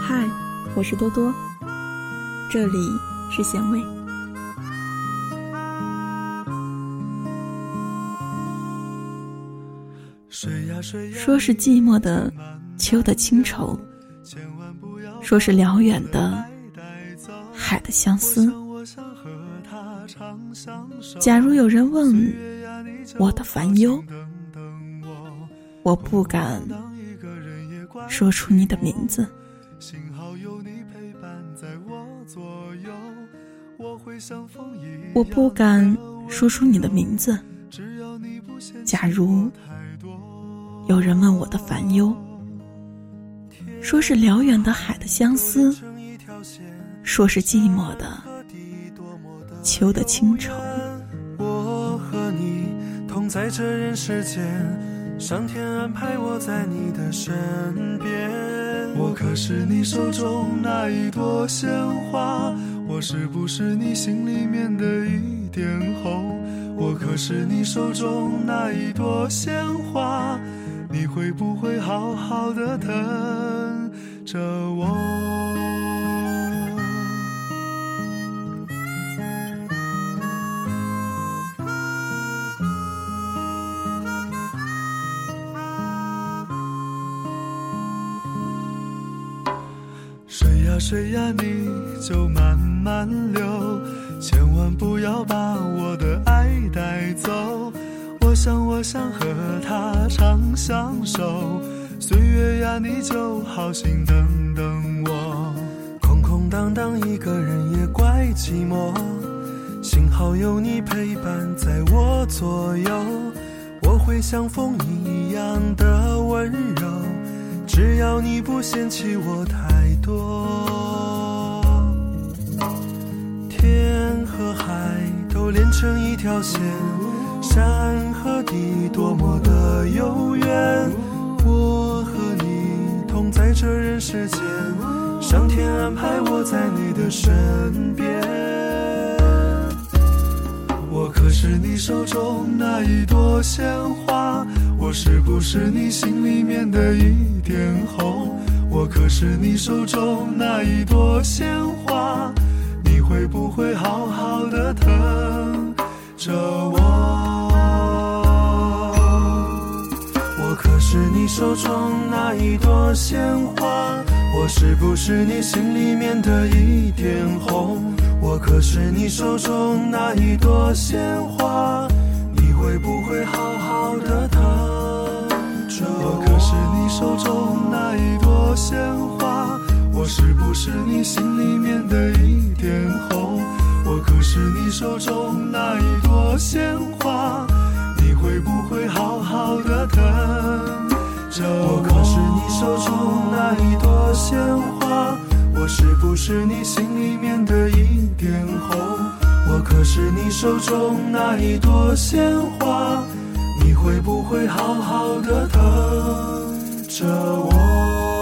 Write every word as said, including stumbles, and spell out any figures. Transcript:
嗨，我是多多，这里是咸味。说是寂寞的秋的清愁，说是辽远的海的相思。假如有人问我的烦忧，我不敢说出你的名字。我不敢说出你的名字。假如有人问我的烦忧，说是辽远的海的相思，说是寂寞的秋的清愁。 我和你同在这人世间，上天安排我在你的身边。我可是你手中那一朵鲜花，我是不是你心里面的一点红？我可是你手中那一朵鲜花，你会不会好好的疼着我？水呀水呀，你就慢慢流，千万不要把我的爱带走。我想我想和他长相守，岁月呀你就好心等等我。空空荡荡一个人也怪寂寞，幸好有你陪伴在我左右。我会像风一样的温柔，只要你不嫌弃我太多。天和海都连成一条线，山和地多么的悠远。我和你同在这人世间，上天安排我在你的身边。我可是你手中那一朵鲜花，我是不是你心里面的一点红？我可是你手中那一朵鲜花，你会不会好好的疼着我？我可是你手中那一朵鲜花，我是不是你心里面的一点红？我可是你手中那一朵鲜花，你会不会好好的疼着我？我可是你手中那一朵鲜花，我是不是你心里面的一点红？我可是你手中那一朵鲜花，你会不会好好的疼着我？我可是你手中那一朵鲜花，我是不是你心里面的一点红？我可是你手中那一朵鲜花，你会不会好好的疼着我？